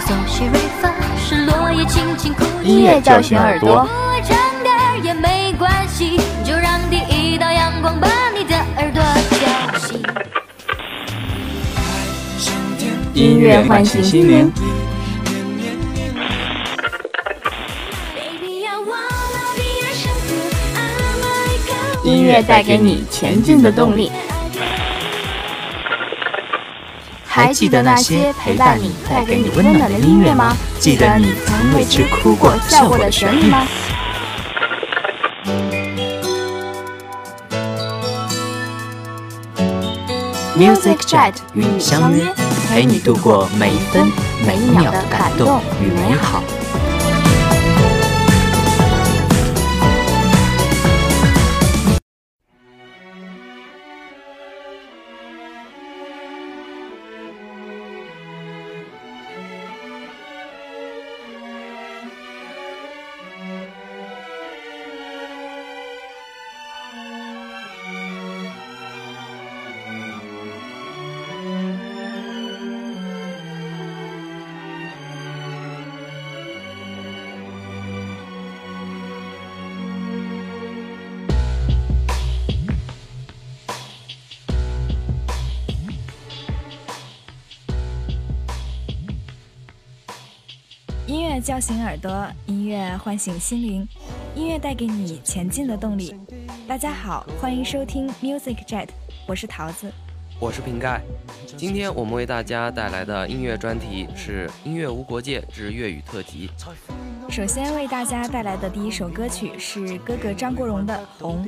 音乐叫醒耳朵。 也没关系，就让第一道阳光把你的耳朵叫醒。 音乐唤醒心灵。音乐带给你前进的动力。还记得那些陪伴你、带给你温暖的音乐吗？记得你曾为之哭过、笑过的旋律吗？Music Jet 与你相约，陪你度过每一分每一秒的感动与美好。 音乐叫醒耳朵，音乐唤醒心灵，音乐带给你前进的动力。大家好，欢迎收听 Music Jet， 我是桃子， 我是瓶盖。今天我们为大家带来的音乐专题是《音乐无国界之粤语特辑》。 首先为大家带来的第一首歌曲是哥哥张国荣的《红》。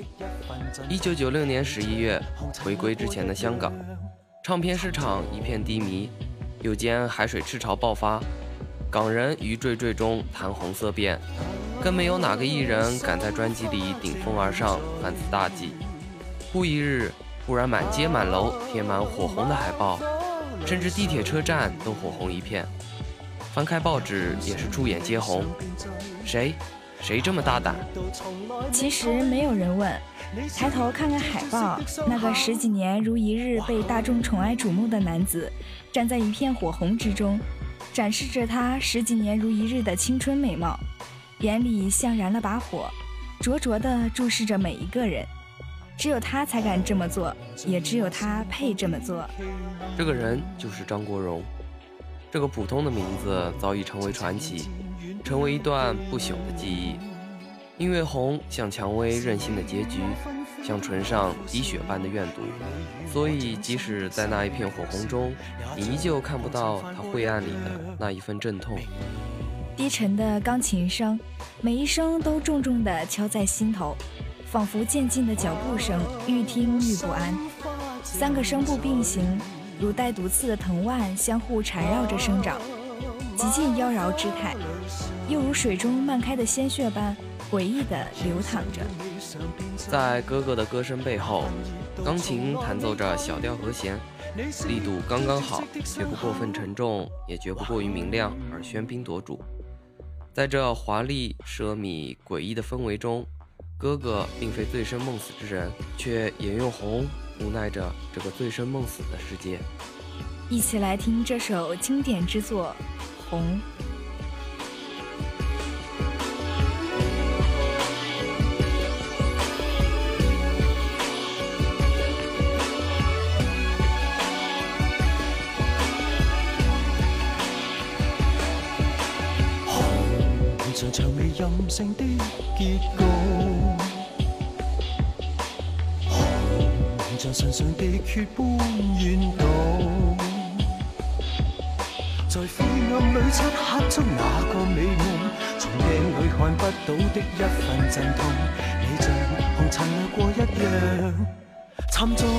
1996年11月，回归之前的香港，唱片市场一片低迷，又见海水赤潮爆发。港人于惴惴中谈红色变，更没有哪个艺人敢在专辑里顶风而上，犯此大忌。忽一日，忽然满街满楼贴满火红的海报，甚至地铁车站都火红一片。翻开报纸也是出眼皆红。谁这么大胆？ 其实没有人问，抬头看看海报，那个十几年如一日被大众宠爱瞩目的男子，站在一片火红之中，展示着他十几年如一日的青春美貌，眼里像燃了把火，灼灼地注视着每一个人。只有他才敢这么做，也只有他配这么做。 这个人就是张国荣，这个普通的名字早已成为传奇，成为一段不朽的记忆。音乐红像蔷薇任性的结局，像唇上滴血般的怨毒，所以即使在那一片火红中，你依旧看不到它灰暗里的那一份阵痛。 低沉的钢琴声，每一声都重重地敲在心头，仿佛渐进的脚步声，愈听愈不安。三个声部并行，如带毒刺的藤蔓相互缠绕着生长，极尽妖娆之态，又如水中漫开的鲜血般诡异地流淌着。 在哥哥的歌声背后，钢琴弹奏着小调和弦，力度刚刚好，绝不过分沉重，也绝不过于明亮而喧宾夺主。在这华丽、奢靡、诡异的氛围中，哥哥并非醉生梦死之人，却也用红无奈着这个醉生梦死的世界。 一起来听这首经典之作《红》。 像薔薇任性的結局，紅像唇上的血般怨毒，在灰暗裏漆黑中那個美夢，從鏡裏看不到的一份陣痛，你像紅塵掠過一樣沉重。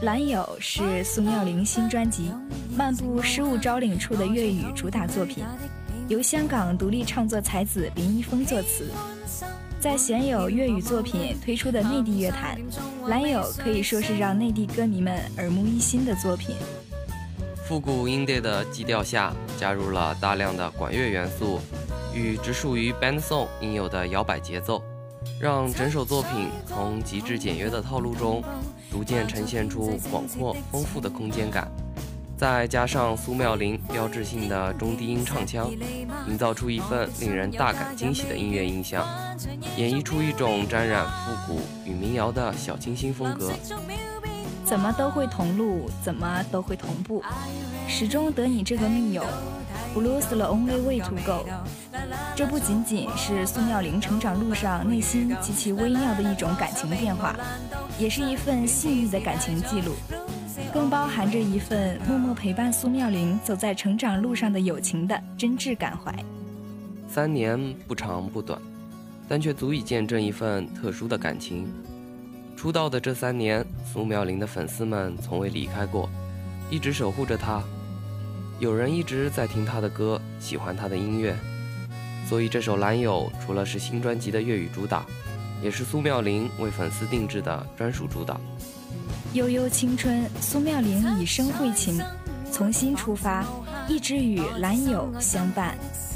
蓝友是苏妙玲新专辑《漫步失物招领处》的粤语主打作品，由香港独立创作才子林一峰作词。在鲜有粤语作品推出的内地乐坛，蓝友可以说是让内地歌迷们耳目一新的作品。 复古音乐的基调下，加入了大量的管乐元素与只属于 band song 应有的摇摆节奏，让整首作品从极致简约的套路中逐渐呈现出广阔丰富的空间感。再加上苏妙玲标志性的中低音唱腔，营造出一份令人大感惊喜的音乐印象，演绎出一种沾染复古与民谣的小清新风格。 怎么都会同路，怎么都会同步，始终得你这个密友。Blues the only way to go。这不仅仅是苏妙玲成长路上内心极其微妙的一种感情变化，也是一份细腻的感情记录，更包含着一份默默陪伴苏妙玲走在成长路上的友情的真挚感怀。 3年不长不短，但却足以见证一份特殊的感情。出道的这3年，苏妙玲的粉丝们从未离开过，一直守护着她。有人一直在听她的歌，喜欢她的音乐，所以这首《蓝友》除了是新专辑的粤语主打，也是苏妙玲为粉丝定制的专属主打。 悠悠青春，苏妙玲以声会情，从新出发，一直与蓝友相伴。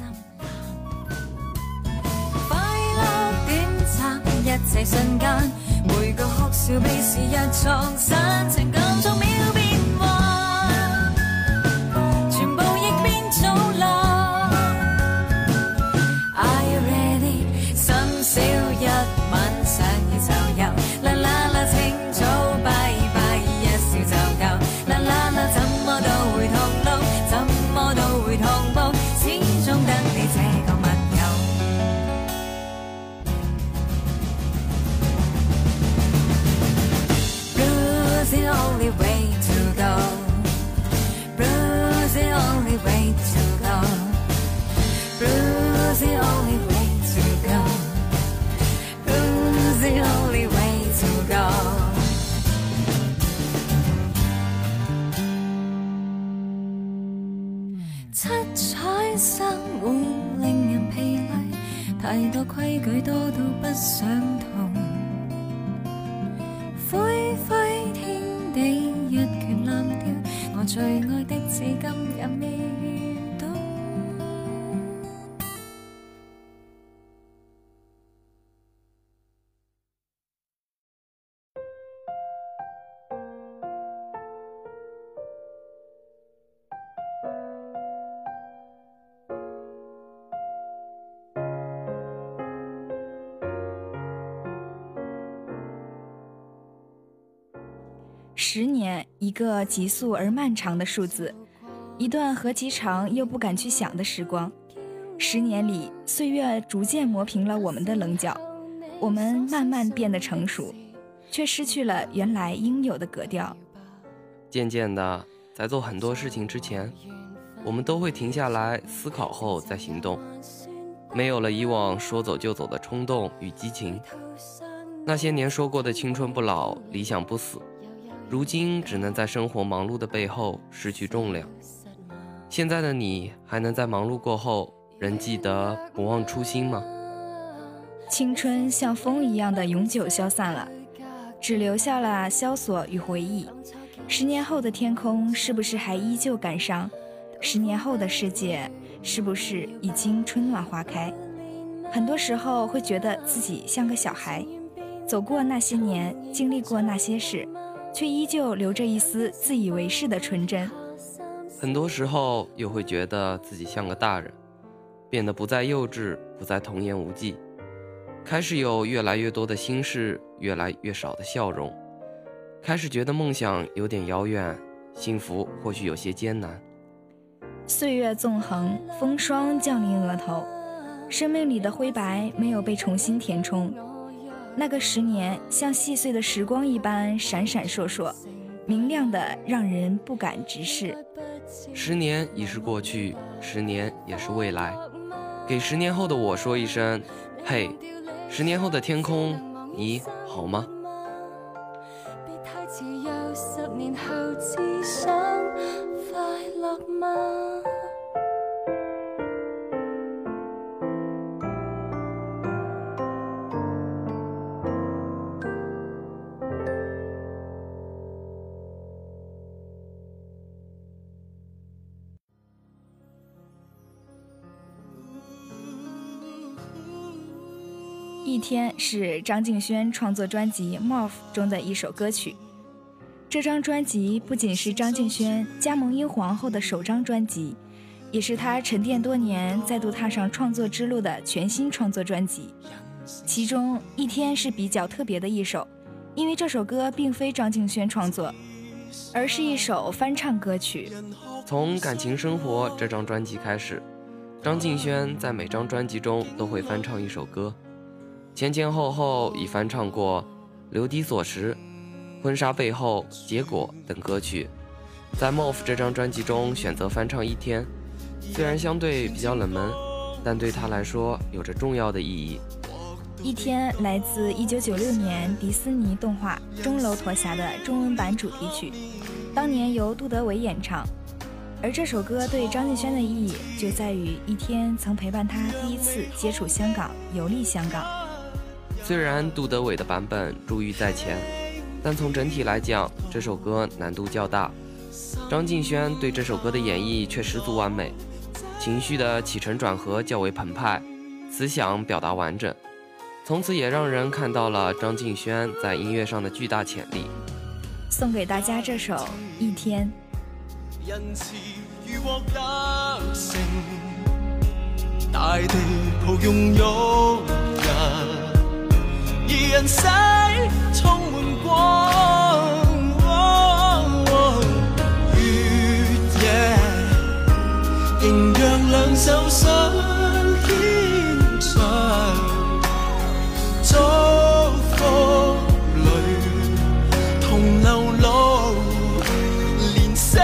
快樂短暫，一切瞬間，每個哭笑悲是一創新，情感逐秒變幻，全部亦變早落。Are you ready？ 深宵一晚想要就有，啦啦啦清早拜拜，一笑就夠，啦啦啦怎麼都會同路，怎麼都會同步，始終得你這個密友。Blues the only way to go. Blues the only way to go. Blues the only way to go. Blues the only way to go. 七彩生活令人疲累，太多規矩多到不想同。灰灰天地一拳攬掉，我最愛的至今也未遇到。 10年，一个急速而漫长的数字，一段何其长又不敢去想的时光。10年里，岁月逐渐磨平了我们的棱角，我们慢慢变得成熟，却失去了原来应有的格调。 渐渐的，在做很多事情之前，我们都会停下来思考后再行动，没有了以往说走就走的冲动与激情。那些年说过的青春不老，理想不死，如今只能在生活忙碌的背后失去重量。现在的你还能在忙碌过后仍记得不忘初心吗？ 青春像风一样的永久消散了，只留下了萧索与回忆。10年后的天空是不是还依旧感伤？10年后的世界是不是已经春暖花开？很多时候会觉得自己像个小孩，走过那些年，经历过那些事，却依旧留着一丝自以为是的纯真。 很多时候又会觉得自己像个大人，变得不再幼稚，不再童言无忌，开始有越来越多的心事，越来越少的笑容，开始觉得梦想有点遥远，幸福或许有些艰难。 岁月纵横，风霜降临额头，生命里的灰白没有被重新填充。那个10年像细碎的时光一般闪闪烁烁，明亮的让人不敢直视。 10年已是过去，10年也是未来。给10年后的我说一声，嘿，10年后的天空，你好吗？ 別太遲，又10年一天是张敬轩创作专辑《Morph》中的一首歌曲。这张专辑不仅是张敬轩加盟英皇后的首张专辑，也是他沉淀多年再度踏上创作之路的全新创作专辑。其中《一天》是比较特别的一首，因为这首歌并非张敬轩创作，而是一首翻唱歌曲。 从《感情生活》这张专辑开始，张敬轩在每张专辑中都会翻唱一首歌，前后后已翻唱过《流离所时》、《婚纱背后》、《结果》等歌曲。在《Morph》这张专辑中选择翻唱《一天》，虽然相对比较冷门，但对他来说有着重要的意义。 《一天》来自1996年迪士尼动画《钟楼驼侠》的中文版主题曲，当年由杜德伟演唱。而这首歌对张敬轩的意义就在于《一天》曾陪伴他第一次接触香港，游历香港。 虽然杜德伟的版本珠玉在前，但从整体来讲，这首歌难度较大。张敬轩对这首歌的演绎却十足完美，情绪的起承转合较为澎湃，思想表达完整，从此也让人看到了张敬轩在音乐上的巨大潜力。 送给大家这首《一天》。 仁慈如獲得勝，大地抱擁擁人，而人世充滿光。月夜仍讓兩手相牽長，祝福裏同流露，連聲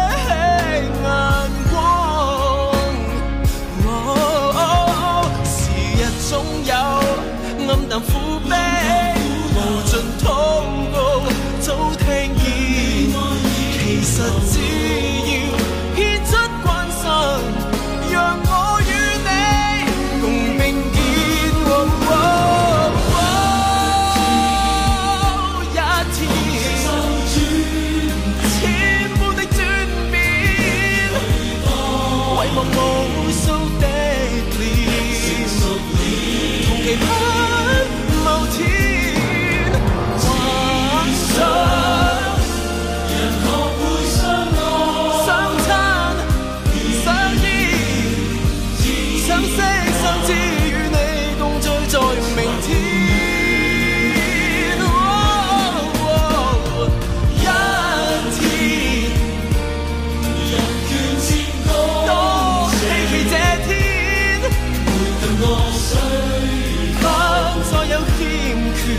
暗淡苦悲，無盡禱告，早聽見。其實只要獻出關心，讓我與你共並肩。一天，千般的轉變，遺忘無數的臉，同期盼。某天幻想，人學會相愛、相親、相依、相識、相知，與你共聚在明天。一天，人權漸高，多希冀這天，沒對我誰。所有欠缺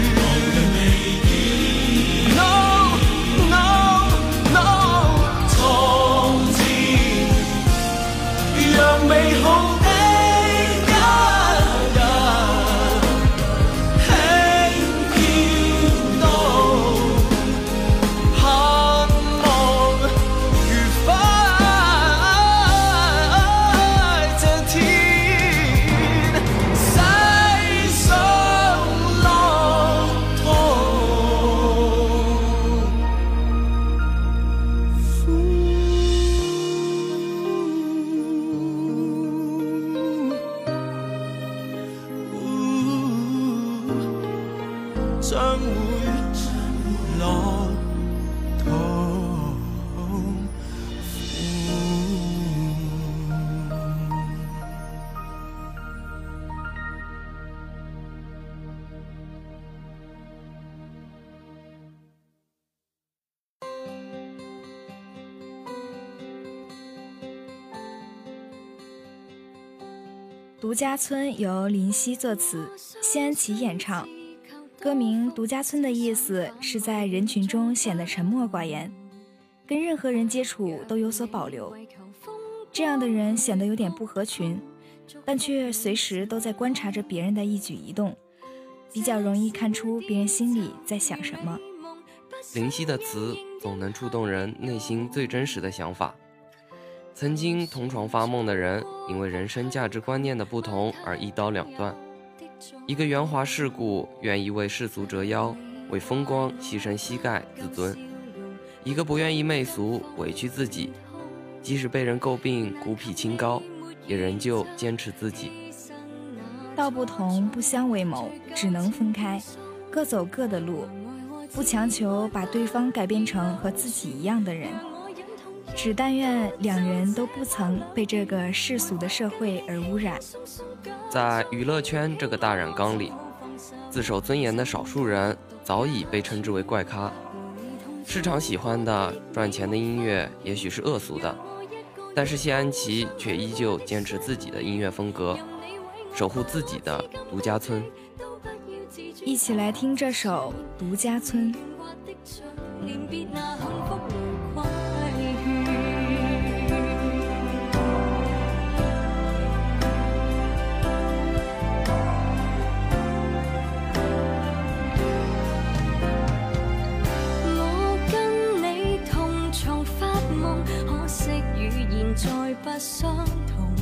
No, no, no 從前讓美好的一日輕飄到盼望如花這天世上將會落痛苦。 独家村由林夕作词，谢安琪演唱。歌名独家村的意思是在人群中显得沉默寡言，跟任何人接触都有所保留。这样的人显得有点不合群，但却随时都在观察着别人的一举一动，比较容易看出别人心里在想什么。 林夕的词总能触动人内心最真实的想法。曾经同床发梦的人，因为人生价值观念的不同而一刀两断。一个圆滑世故，愿意为世俗折腰，为风光牺牲膝盖自尊；一个不愿意媚俗，委屈自己，即使被人诟病孤僻清高，也仍旧坚持自己。 道不同不相为谋，只能分开，各走各的路，不强求把对方改变成和自己一样的人，只但愿两人都不曾被这个世俗的社会而污染。 在娱乐圈这个大染缸里，自守尊严的少数人早已被称之为怪咖。市场喜欢的赚钱的音乐也许是恶俗的，但是谢安琪却依旧坚持自己的音乐风格，守护自己的独家村。 一起来听这首《独家村》。 再不相同，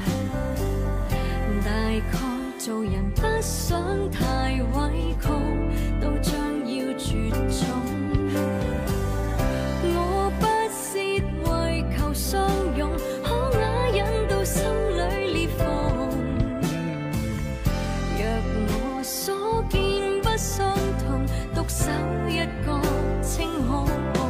大概做人不想太委屈，都將要絕種。我不屑為求相擁，可啞忍到心裏裂縫。若我所見不相同，獨守一個清空。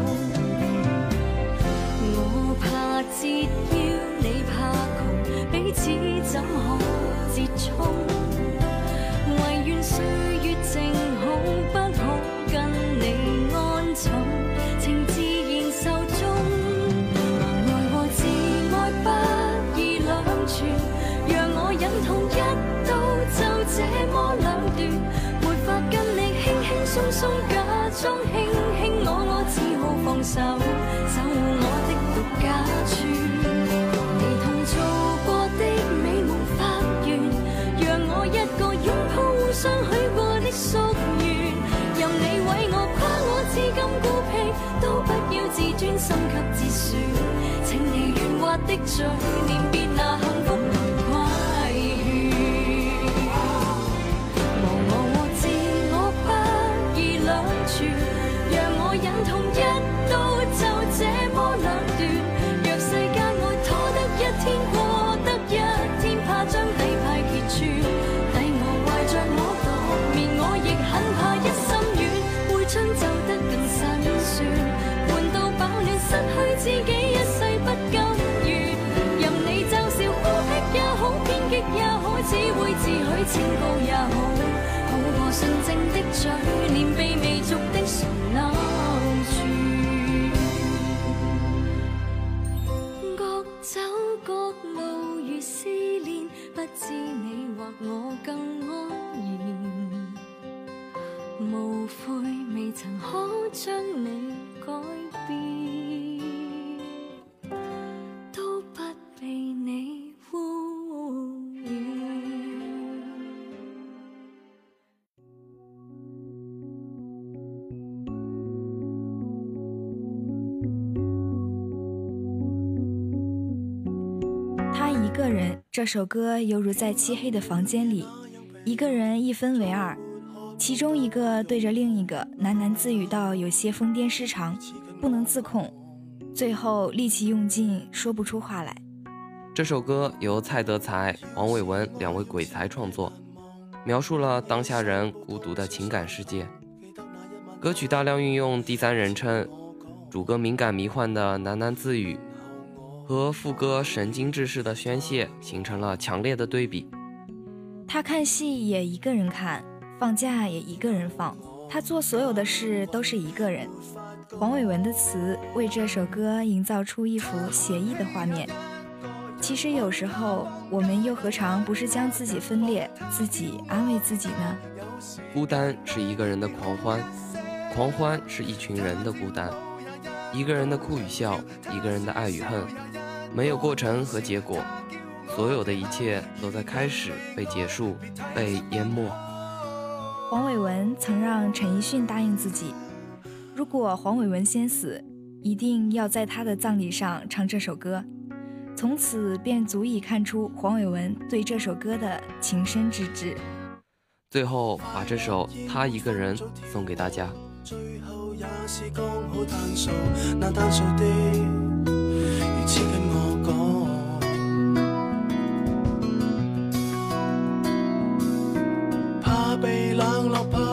我怕折腰，你怕窮，彼此怎可折衷？唯願歲月靜好，不好跟你安枕，情自然壽終。還愛我自愛不易兩全，讓我忍痛一刀就這麼兩斷，沒法跟你輕輕鬆鬆假裝輕輕我只好放手，守護我的獨家村。你同做過的美夢發願，讓我一個擁抱互相許過的夙願，任你毀我誇我至今孤僻，都不要自尊心給折損，請你圓滑的嘴臉別拿幸福來規勸。無我和自我不易兩全，讓我忍痛一刀就這麼兩斷。若世間愛拖得一天過得一天，怕將底牌揭穿，抵我懷着我獨眠，我亦很怕一心軟，會將就得更辛酸，換到飽暖失去自己一世不甘願，任你嘲笑孤僻也好，偏激也好，只會自許清高也好，好過純正的嘴臉被媚俗的唇勾住。各走各路如思念，不知你或我更安然，無悔未曾可將你改變，都不被你污染。 他一个人这首歌犹如在漆黑的房间里，一个人一分为二，其中一个对着另一个喃喃自语到有些疯癫失常，不能自控，最后力气用尽，说不出话来。 这首歌由蔡德才、王伟文两位鬼才创作，描述了当下人孤独的情感世界。歌曲大量运用第三人称，主歌敏感迷幻的喃喃自语和副歌神经质式的宣泄形成了强烈的对比。 他看戏也一个人看，放假也一个人放，他做所有的事都是一个人。黄伟文的词为这首歌营造出一幅写意的画面。其实有时候我们又何尝不是将自己分裂，自己安慰自己呢？ 孤单是一个人的狂欢，狂欢是一群人的孤单，一个人的哭与笑，一个人的爱与恨，没有过程和结果，所有的一切都在开始被结束，被淹没。 黄伟文曾让陈奕迅答应自己，如果黄伟文先死，一定要在他的葬礼上唱这首歌。从此便足以看出黄伟文对这首歌的情深之至。 最后把这首《他一个人》送给大家。 最後也是剛好單數，那單數的如此跟我講。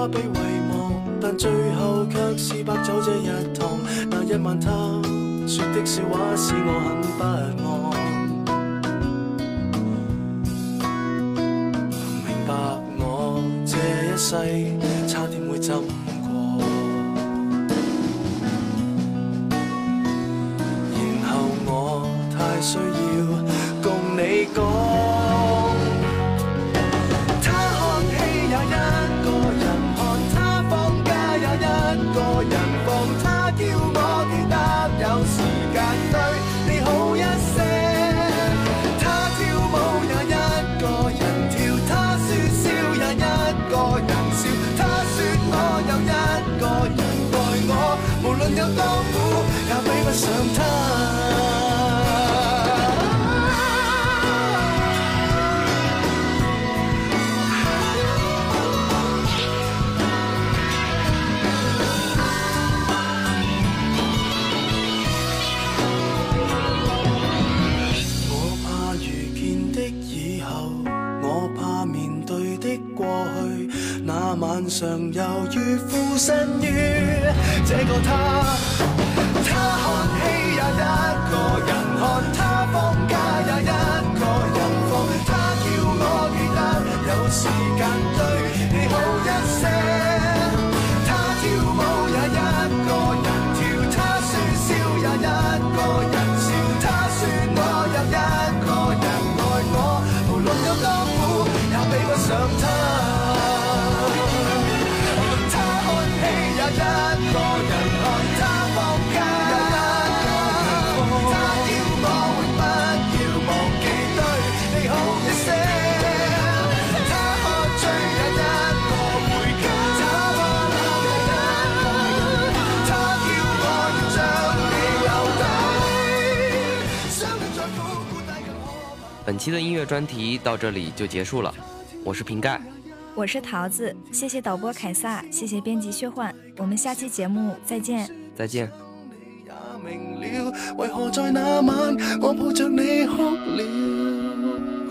怕被遺忘，但最後卻是白走這一趟。那一晚他說的笑話使我很不安，明白我這一世差點會浸過，然後我太需要共你講。有多苦也比不上他。我怕遇見的以後，我怕面對的過去，那晚上猶如附身於這個他看戲也一個人看，他放假也一個人放，他叫我記得有時間對你好一些，他跳舞也一個人跳，他説笑也一個人笑，他説我有一個人愛我，無論有多苦也比不上他。 本期的音乐专题到这里就结束了，我是瓶盖， 我是桃子，谢谢导播凯撒，谢谢编辑薛焕，我们下期节目再见。 再见。 明了為何在那晚我抱着你哭了。